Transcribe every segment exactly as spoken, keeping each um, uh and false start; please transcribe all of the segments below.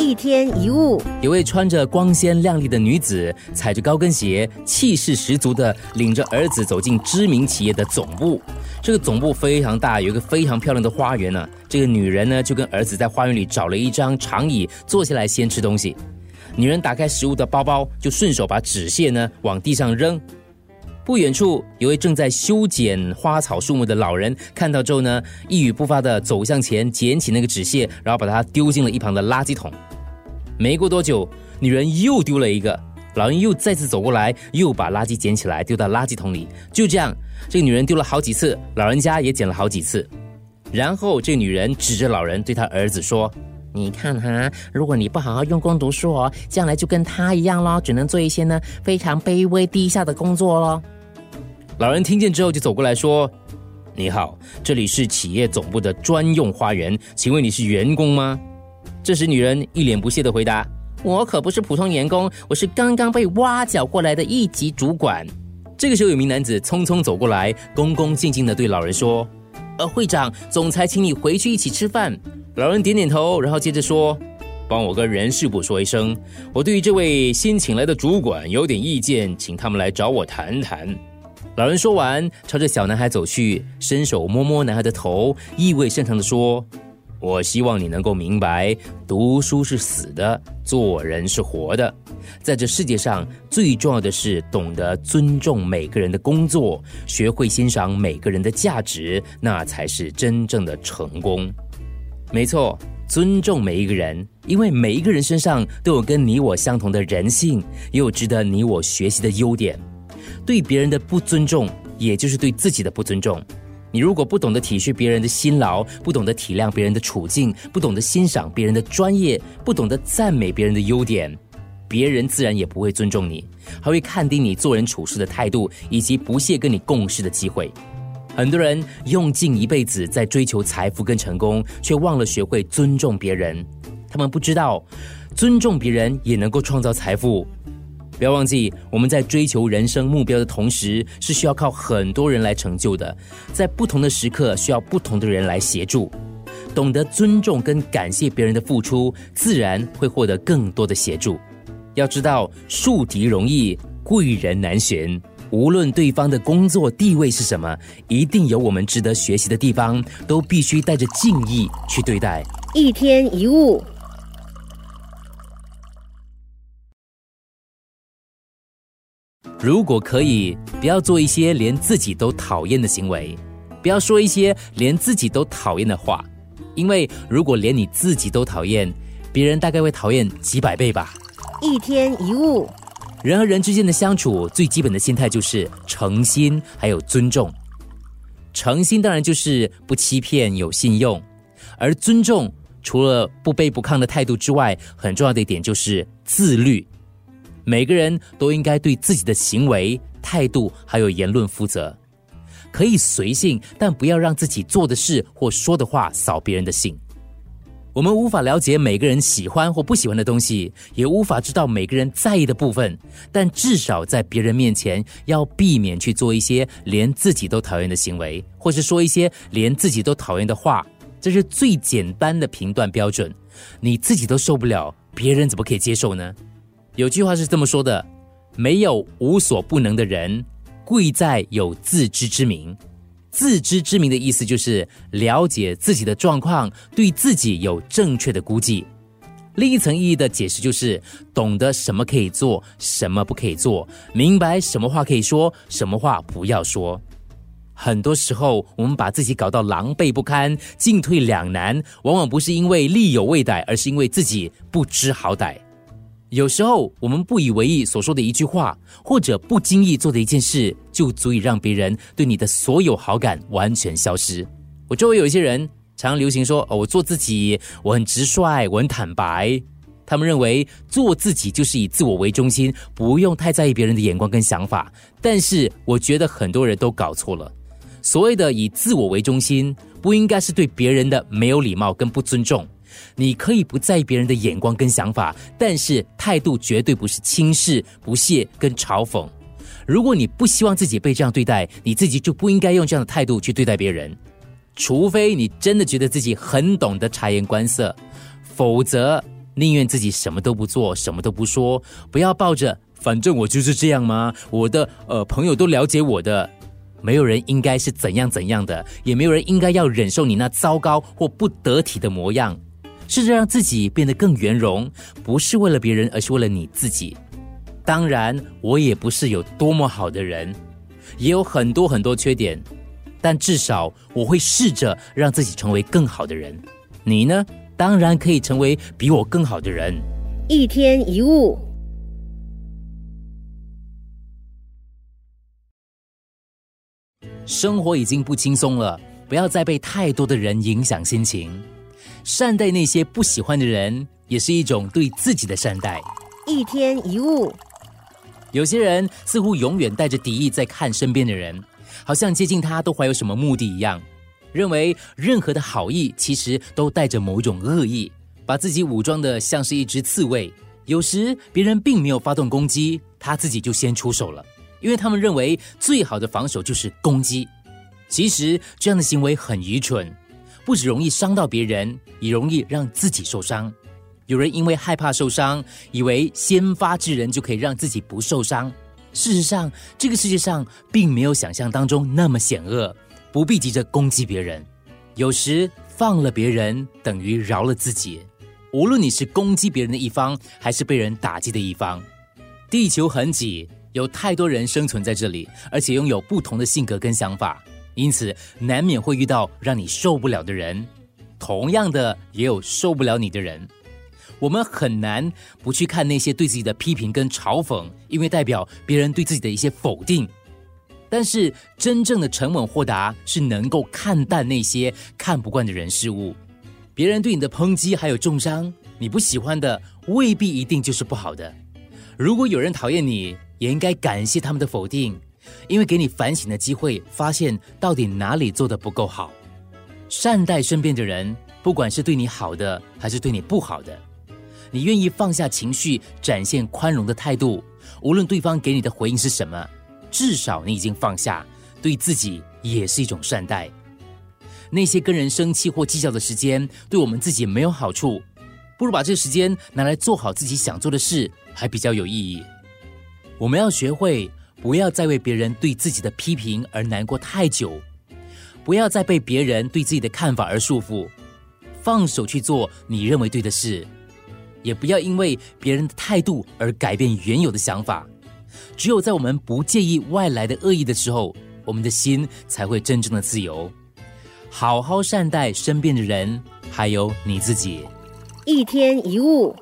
一天一物。 有位穿着光鲜亮丽的女子，踩着高跟鞋，气势十足地领着儿子走进知名企业的总部。这个总部非常大，有一个非常漂亮的花园呢。这个女人呢，就跟儿子在花园里找了一张长椅，坐下来先吃东西。女人打开食物的包包，就顺手把纸屑呢往地上扔。不远处有位正在修剪花草树木的老人，看到之后呢，一语不发地走向前，捡起那个纸屑，然后把它丢进了一旁的垃圾桶。没过多久，女人又丢了一个，老人又再次走过来，又把垃圾捡起来丢到垃圾桶里。就这样，这个女人丢了好几次，老人家也捡了好几次。然后这个女人指着老人对他儿子说，你看哈，如果你不好好用功读书哦，将来就跟他一样咯，只能做一些呢非常卑微低下的工作咯。老人听见之后就走过来说，你好，这里是企业总部的专用花园，请问你是员工吗？这时女人一脸不屑地回答，我可不是普通员工，我是刚刚被挖角过来的一级主管。这个时候有名男子匆匆走过来，恭恭敬敬地对老人说，呃，会长，总裁请你回去一起吃饭。老人点点头，然后接着说，帮我跟人事部说一声，我对于这位新请来的主管有点意见，请他们来找我谈谈。老人说完，朝着小男孩走去，伸手摸摸男孩的头，意味深长地说，我希望你能够明白，读书是死的，做人是活的。在这世界上，最重要的是懂得尊重每个人的工作，学会欣赏每个人的价值，那才是真正的成功。没错，尊重每一个人，因为每一个人身上都有跟你我相同的人性，也有值得你我学习的优点。对别人的不尊重，也就是对自己的不尊重。你如果不懂得体恤别人的辛劳，不懂得体谅别人的处境，不懂得欣赏别人的专业，不懂得赞美别人的优点，别人自然也不会尊重你，还会看低你做人处事的态度，以及不屑跟你共事的机会。很多人用尽一辈子在追求财富跟成功，却忘了学会尊重别人。他们不知道，尊重别人也能够创造财富。不要忘记，我们在追求人生目标的同时，是需要靠很多人来成就的。在不同的时刻，需要不同的人来协助。懂得尊重跟感谢别人的付出，自然会获得更多的协助。要知道，树敌容易，贵人难寻。无论对方的工作地位是什么，一定有我们值得学习的地方，都必须带着敬意去对待。 一天一物。 如果可以，不要做一些连自己都讨厌的行为，不要说一些连自己都讨厌的话，因为如果连你自己都讨厌，别人大概会讨厌几百倍吧。 一天一物。 人和人之间的相处，最基本的心态就是诚心还有尊重。诚心当然就是不欺骗，有信用，而尊重除了不卑不亢的态度之外，很重要的一点就是自律。每个人都应该对自己的行为、态度还有言论负责。可以随性，但不要让自己做的事或说的话扫别人的兴。我们无法了解每个人喜欢或不喜欢的东西，也无法知道每个人在意的部分，但至少在别人面前要避免去做一些连自己都讨厌的行为，或是说一些连自己都讨厌的话。这是最简单的评断标准。你自己都受不了，别人怎么可以接受呢？有句话是这么说的，没有无所不能的人，贵在有自知之明。自知之明的意思就是了解自己的状况，对自己有正确的估计。另一层意义的解释就是懂得什么可以做，什么不可以做，明白什么话可以说，什么话不要说。很多时候我们把自己搞到狼狈不堪，进退两难，往往不是因为力有未逮，而是因为自己不知好歹。有时候我们不以为意所说的一句话，或者不经意做的一件事，就足以让别人对你的所有好感完全消失。我周围有一些人常常流行说、哦、我做自己，我很直率，我很坦白。他们认为做自己就是以自我为中心，不用太在意别人的眼光跟想法。但是我觉得很多人都搞错了，所谓的以自我为中心，不应该是对别人的没有礼貌跟不尊重。你可以不在意别人的眼光跟想法，但是态度绝对不是轻视、不屑跟嘲讽。如果你不希望自己被这样对待，你自己就不应该用这样的态度去对待别人。除非你真的觉得自己很懂得察言观色，否则宁愿自己什么都不做，什么都不说，不要抱着反正我就是这样吗？我的呃朋友都了解我的，没有人应该是怎样怎样的，也没有人应该要忍受你那糟糕或不得体的模样。试着让自己变得更圆融，不是为了别人，而是为了你自己。当然，我也不是有多么好的人，也有很多很多缺点，但至少我会试着让自己成为更好的人。你呢？当然可以成为比我更好的人。 一天一物。 生活已经不轻松了，不要再被太多的人影响心情。善待那些不喜欢的人，也是一种对自己的善待。 一天一物。 有些人似乎永远带着敌意在看身边的人，好像接近他都怀有什么目的一样，认为任何的好意其实都带着某一种恶意，把自己武装的像是一只刺猬。有时别人并没有发动攻击，他自己就先出手了，因为他们认为最好的防守就是攻击。其实这样的行为很愚蠢，不只容易伤到别人，也容易让自己受伤。有人因为害怕受伤，以为先发制人就可以让自己不受伤。事实上，这个世界上并没有想象当中那么险恶，不必急着攻击别人。有时放了别人，等于饶了自己。无论你是攻击别人的一方，还是被人打击的一方，地球很挤，有太多人生存在这里，而且拥有不同的性格跟想法，因此难免会遇到让你受不了的人，同样的也有受不了你的人。我们很难不去看那些对自己的批评跟嘲讽，因为代表别人对自己的一些否定。但是真正的沉稳豁达是能够看淡那些看不惯的人事物。别人对你的抨击还有重伤，你不喜欢的未必一定就是不好的。如果有人讨厌你，也应该感谢他们的否定，因为给你反省的机会，发现到底哪里做得不够好。善待身边的人，不管是对你好的还是对你不好的，你愿意放下情绪，展现宽容的态度，无论对方给你的回应是什么，至少你已经放下，对自己也是一种善待。那些跟人生气或计较的时间，对我们自己没有好处，不如把这个时间拿来做好自己想做的事，还比较有意义。我们要学会不要再为别人对自己的批评而难过太久，不要再被别人对自己的看法而束缚，放手去做你认为对的事，也不要因为别人的态度而改变原有的想法。只有在我们不介意外来的恶意的时候，我们的心才会真正的自由。好好善待身边的人，还有你自己。 一天一物。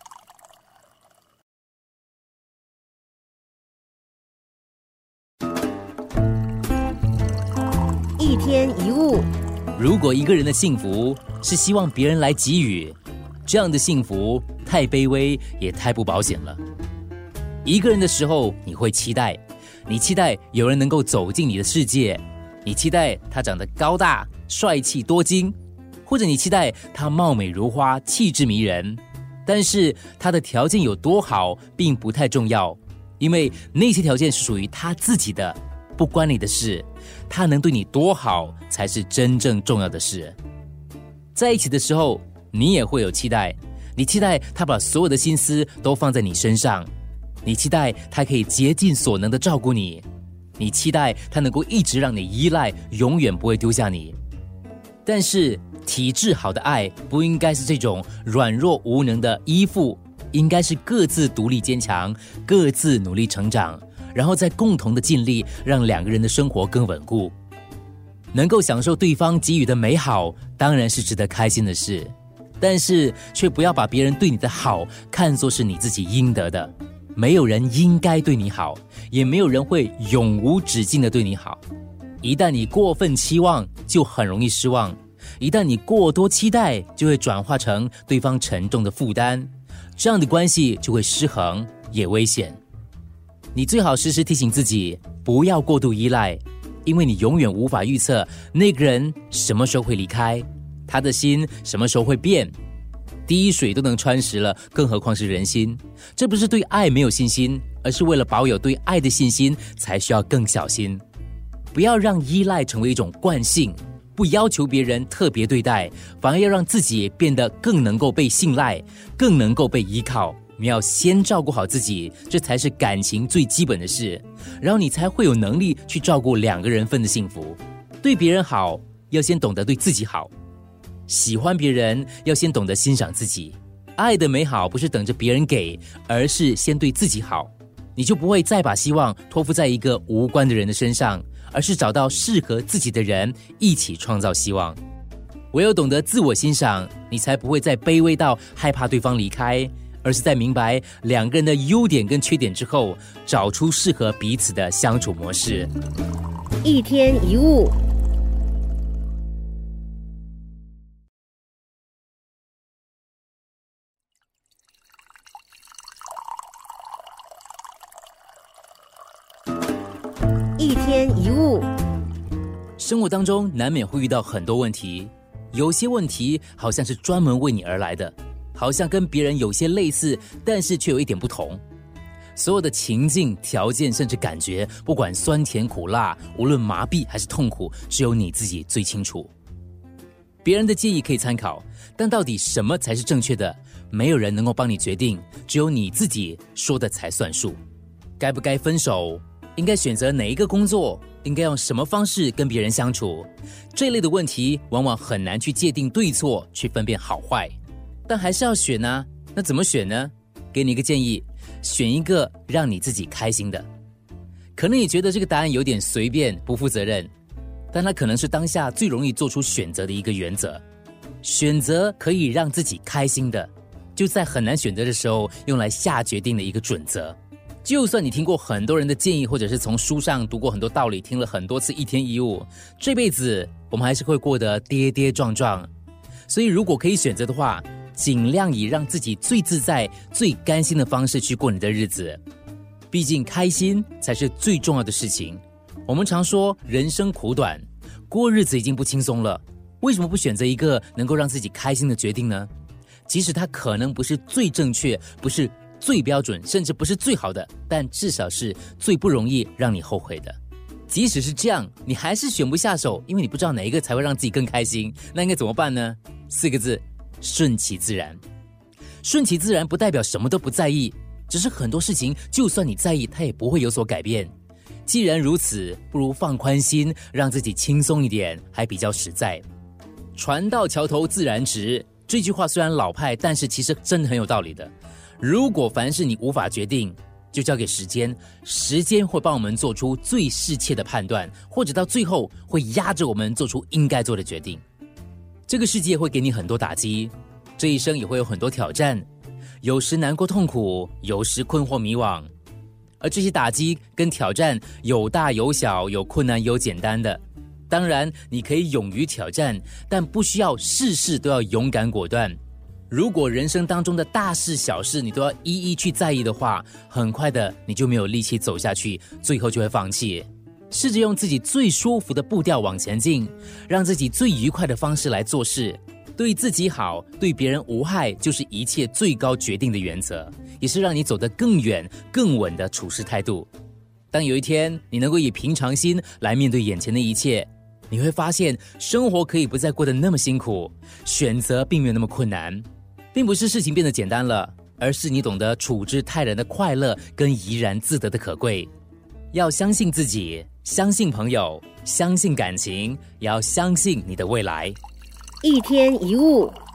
一天一物。 如果一个人的幸福是希望别人来给予，这样的幸福太卑微，也太不保险了。一个人的时候，你会期待，你期待有人能够走进你的世界，你期待他长得高大、帅气多金，或者你期待他貌美如花、气质迷人。但是他的条件有多好，并不太重要，因为那些条件是属于他自己的，不关你的事。他能对你多好，才是真正重要的事。在一起的时候，你也会有期待，你期待他把所有的心思都放在你身上，你期待他可以竭尽所能的照顾你，你期待他能够一直让你依赖，永远不会丢下你。但是体质好的爱不应该是这种软弱无能的依附，应该是各自独立坚强，各自努力成长，然后再共同的尽力让两个人的生活更稳固。能够享受对方给予的美好，当然是值得开心的事，但是却不要把别人对你的好看作是你自己应得的。没有人应该对你好，也没有人会永无止境的对你好。一旦你过分期望，就很容易失望；一旦你过多期待，就会转化成对方沉重的负担，这样的关系就会失衡，也危险。你最好时时提醒自己，不要过度依赖，因为你永远无法预测那个人什么时候会离开，他的心什么时候会变。滴水都能穿石了，更何况是人心。这不是对爱没有信心，而是为了保有对爱的信心，才需要更小心。不要让依赖成为一种惯性， 不要求别人特别对待，反而要让自己变得更能够被信赖，更能够被依靠。你要先照顾好自己，这才是感情最基本的事，然后你才会有能力去照顾两个人份的幸福。对别人好，要先懂得对自己好；喜欢别人，要先懂得欣赏自己。爱的美好不是等着别人给，而是先对自己好。你就不会再把希望托付在一个无关的人的身上，而是找到适合自己的人，一起创造希望。唯有懂得自我欣赏，你才不会再卑微到害怕对方离开，而是在明白两个人的优点跟缺点之后，找出适合彼此的相处模式。 一天一物。一天一物。 生活当中难免会遇到很多问题，有些问题好像是专门为你而来的，好像跟别人有些类似，但是却有一点不同。所有的情境、条件甚至感觉，不管酸甜苦辣，无论麻痹还是痛苦，只有你自己最清楚。别人的建议可以参考，但到底什么才是正确的，没有人能够帮你决定，只有你自己说的才算数。该不该分手？应该选择哪一个工作？应该用什么方式跟别人相处？这类的问题往往很难去界定对错，去分辨好坏，但还是要选啊。那怎么选呢？给你一个建议，选一个让你自己开心的。可能你觉得这个答案有点随便，不负责任，但它可能是当下最容易做出选择的一个原则。选择可以让自己开心的，就在很难选择的时候用来下决定的一个准则。就算你听过很多人的建议，或者是从书上读过很多道理，听了很多次一天一物，这辈子我们还是会过得跌跌撞撞。所以如果可以选择的话，尽量以让自己最自在、最甘心的方式去过你的日子。毕竟开心才是最重要的事情。我们常说人生苦短，过日子已经不轻松了，为什么不选择一个能够让自己开心的决定呢？即使它可能不是最正确，不是最标准，甚至不是最好的，但至少是最不容易让你后悔的。即使是这样，你还是选不下手，因为你不知道哪一个才会让自己更开心。那应该怎么办呢？四个字：顺其自然。顺其自然不代表什么都不在意，只是很多事情就算你在意，它也不会有所改变。既然如此，不如放宽心，让自己轻松一点，还比较实在。船到桥头自然直，这句话虽然老派，但是其实真的很有道理的。如果凡事你无法决定，就交给时间，时间会帮我们做出最适切的判断，或者到最后会压着我们做出应该做的决定。这个世界会给你很多打击，这一生也会有很多挑战，有时难过痛苦，有时困惑迷惘。而这些打击跟挑战有大有小，有困难有简单的。当然你可以勇于挑战，但不需要事事都要勇敢果断。如果人生当中的大事小事你都要一一去在意的话，很快的你就没有力气走下去，最后就会放弃。试着用自己最舒服的步调往前进，让自己最愉快的方式来做事。对自己好，对别人无害，就是一切最高决定的原则，也是让你走得更远更稳的处事态度。当有一天你能够以平常心来面对眼前的一切，你会发现生活可以不再过得那么辛苦，选择并没有那么困难。并不是事情变得简单了，而是你懂得处之泰然的快乐跟怡然自得的可贵。要相信自己，相信朋友，相信感情，也要相信你的未来。 一天一物。